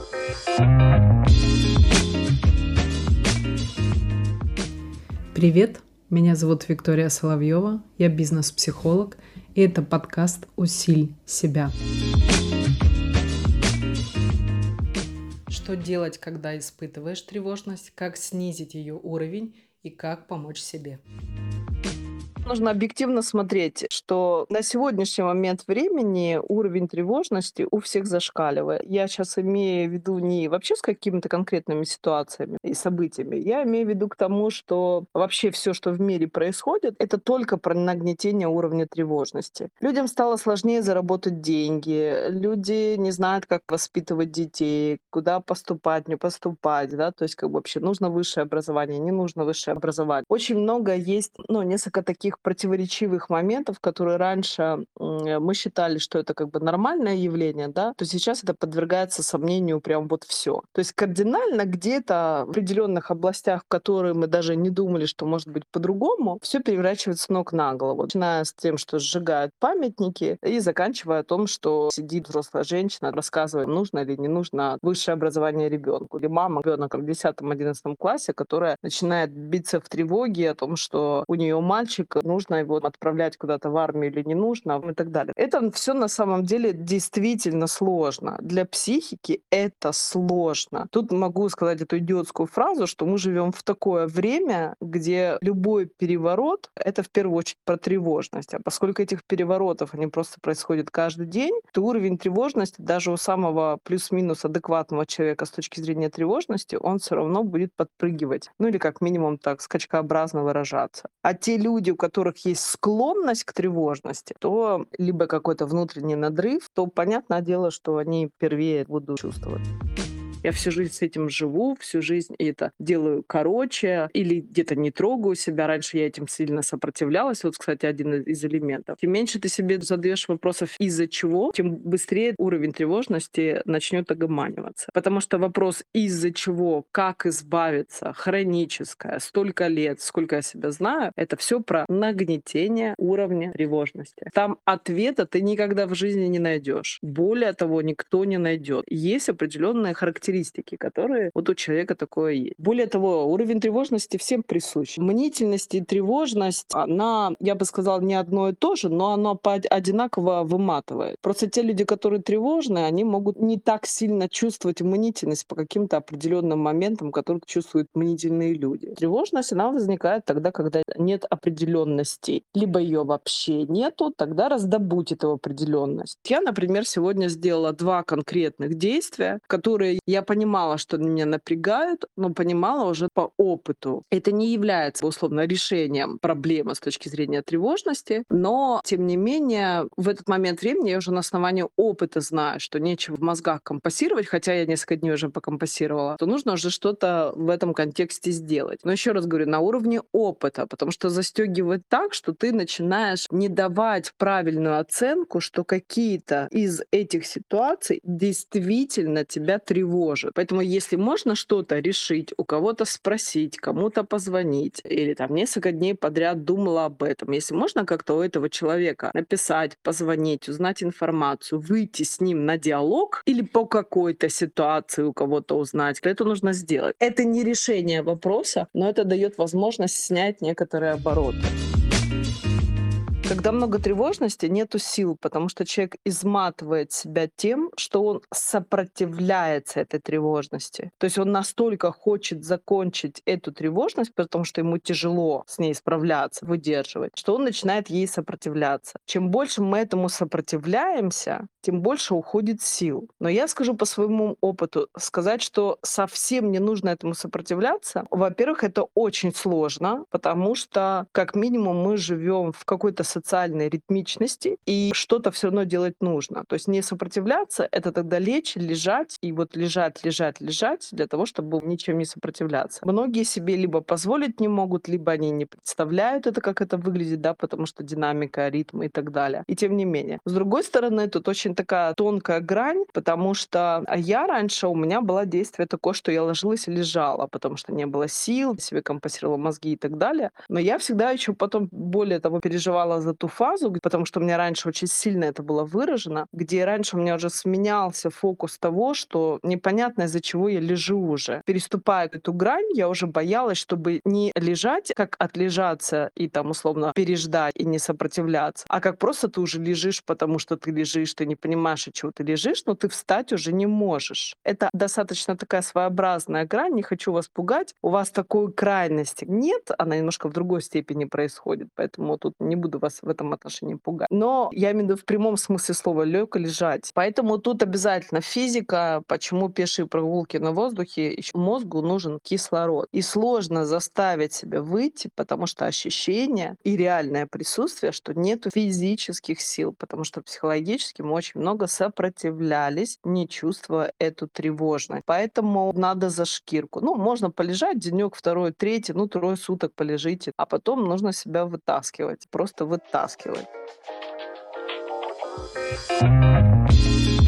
Привет, меня зовут Виктория Соловьева, я бизнес-психолог, и это подкаст «Усиль себя». Что делать, когда испытываешь тревожность, как снизить ее уровень и как помочь себе? Нужно объективно смотреть, что на сегодняшний момент времени уровень тревожности у всех зашкаливает. Я сейчас имею в виду не вообще с какими-то конкретными ситуациями и событиями. Я имею в виду к тому, что вообще все, что в мире происходит, это только про нагнетение уровня тревожности. Людям стало сложнее заработать деньги, люди не знают, как воспитывать детей, куда поступать, не поступать, да, то есть как бы вообще нужно высшее образование, не нужно высшее образование. Очень много есть, несколько таких противоречивых моментов, которые раньше мы считали, что это как бы нормальное явление, да, то сейчас это подвергается сомнению прям вот все. То есть кардинально где-то в определенных областях, в которые мы даже не думали, что может быть по-другому, все переворачивается с ног на голову. Начиная с тем, что сжигают памятники, и заканчивая о том, что сидит взрослая женщина, рассказывает, нужно или не нужно высшее образование ребенку. Или мама ребенка в 10-11 классе, которая начинает биться в тревоге о том, что у нее мальчик, нужно его отправлять куда-то в армию или не нужно, и так далее. Это все на самом деле действительно сложно. Для психики это сложно. Тут могу сказать эту идиотскую фразу, что мы живем в такое время, где любой переворот — это в первую очередь про тревожность. А поскольку этих переворотов, они просто происходят каждый день, то уровень тревожности даже у самого плюс-минус адекватного человека с точки зрения тревожности, он все равно будет подпрыгивать. Или как минимум так скачкообразно выражаться. А те люди, у которых есть склонность к тревожности, то либо какой-то внутренний надрыв, то понятное дело, что они первее будут чувствовать. Я всю жизнь с этим живу, всю жизнь это делаю короче или где-то не трогаю себя. Раньше я этим сильно сопротивлялась. Вот, кстати, один из элементов. Чем меньше ты себе задаешь вопросов из-за чего, тем быстрее уровень тревожности начнет огаманиваться. Потому что вопрос из-за чего, как избавиться, хроническое, столько лет, сколько я себя знаю, это все про нагнетение уровня тревожности. Там ответа ты никогда в жизни не найдешь. Более того, никто не найдет. Есть определенные характеристики, которые вот у человека такое есть. Более того, уровень тревожности всем присущ. Мнительность и тревожность, она, я бы сказала, не одно и то же, но она одинаково выматывает. Просто те люди, которые тревожные, они могут не так сильно чувствовать мнительность по каким-то определенным моментам, которые чувствуют мнительные люди. Тревожность, она возникает тогда, когда нет определенности. Либо ее вообще нету, тогда раздобудь эту определенность. Я, например, сегодня сделала 2 конкретных действия, которые я понимала, что меня напрягают, но понимала уже по опыту. Это не является, условно, решением проблемы с точки зрения тревожности, но, тем не менее, в этот момент времени я уже на основании опыта знаю, что нечего в мозгах компасировать, хотя я несколько дней уже покомпасировала, то нужно уже что-то в этом контексте сделать. Но еще раз говорю, на уровне опыта, потому что застегивает так, что ты начинаешь не давать правильную оценку, что какие-то из этих ситуаций действительно тебя тревожат. Поэтому если можно что-то решить, у кого-то спросить, кому-то позвонить, или там несколько дней подряд думала об этом, если можно как-то у этого человека написать, позвонить, узнать информацию, выйти с ним на диалог или по какой-то ситуации у кого-то узнать, то это нужно сделать. Это не решение вопроса, но это дает возможность снять некоторые обороты. Когда много тревожности, нету сил, потому что человек изматывает себя тем, что он сопротивляется этой тревожности. То есть он настолько хочет закончить эту тревожность, потому что ему тяжело с ней справляться, выдерживать, что он начинает ей сопротивляться. Чем больше мы этому сопротивляемся, тем больше уходит сил. Но я скажу по своему опыту, сказать, что совсем не нужно этому сопротивляться, во-первых, это очень сложно, потому что, как минимум, мы живем в какой-то социальной ритмичности, и что-то все равно делать нужно. То есть не сопротивляться — это тогда лечь, лежать, и вот лежать, лежать, лежать для того, чтобы ничем не сопротивляться. Многие себе либо позволить не могут, либо они не представляют это, как это выглядит, да, потому что динамика, ритм и так далее. И тем не менее. С другой стороны, тут очень такая тонкая грань, потому что я раньше, у меня было действие такое, что я ложилась и лежала, потому что не было сил, себе компенсировала мозги и так далее. Но я всегда еще потом, более того, переживала за ту фазу, потому что у меня раньше очень сильно это было выражено, где раньше у меня уже сменялся фокус того, что непонятно, из-за чего я лежу уже. Переступая эту грань, я уже боялась, чтобы не лежать, как отлежаться и там условно переждать и не сопротивляться, а как просто ты уже лежишь, потому что ты лежишь, ты не понимаешь, от чего ты лежишь, но ты встать уже не можешь. Это достаточно такая своеобразная грань, не хочу вас пугать. У вас такой крайности нет, она немножко в другой степени происходит, поэтому тут не буду вас в этом отношении пугать. Но я имею в виду в прямом смысле слова лёг и лежать. Поэтому тут обязательно физика, почему пешие прогулки на воздухе, ещё мозгу нужен кислород. И сложно заставить себя выйти, потому что ощущение и реальное присутствие, что нету физических сил, потому что психологически мы очень много сопротивлялись, не чувствуя эту тревожность. Поэтому надо за шкирку. Ну, можно полежать денёк, второй, третий, ну, трое суток полежите, а потом нужно себя вытаскивать, просто вытаскивать.